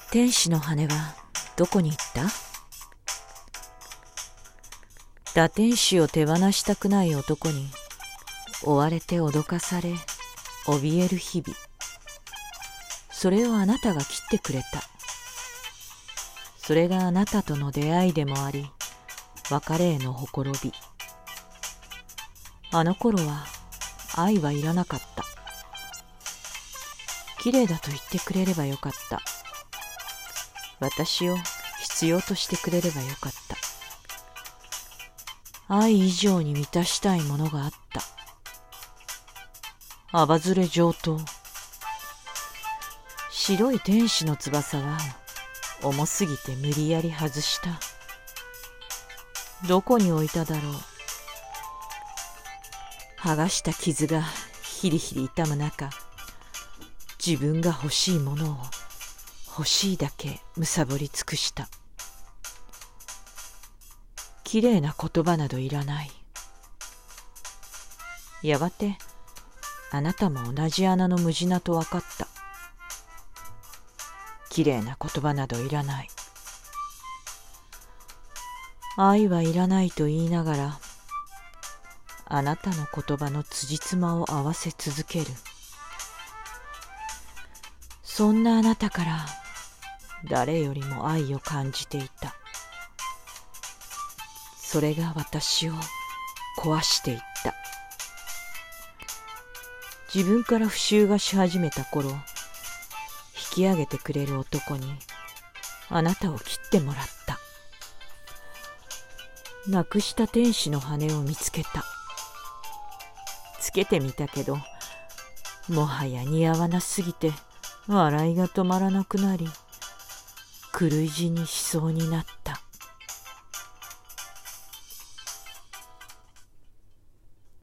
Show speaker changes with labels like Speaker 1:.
Speaker 1: 天使の羽はどこに行った？堕天使を手放したくない男に追われて脅かされ怯える日々、それをあなたが切ってくれた。それがあなたとの出会いでもあり、別れへのほころび。あの頃は愛はいらなかった。綺麗だと言ってくれればよかった。私を必要としてくれればよかった。愛以上に満たしたいものがあった。アバズレ上等。白い天使の翼は重すぎて無理やり外した。どこに置いただろう。剥がした傷がヒリヒリ痛む中、自分が欲しいものを欲しいだけ貪り尽くした。きれいな言葉などいらない。やがてあなたも同じ穴のムジナと分かった。きれいな言葉などいらない。愛はいらないと言いながら、あなたの言葉の辻褄を合わせ続ける。そんなあなたから誰よりも愛を感じていた。それが私を壊していった。自分から復讐がし始めた頃、引き上げてくれる男にあなたを切ってもらった。なくした天使の羽を見つけた。つけてみたけど、もはや似合わなすぎて笑いが止まらなくなり、狂い死にしそうになった。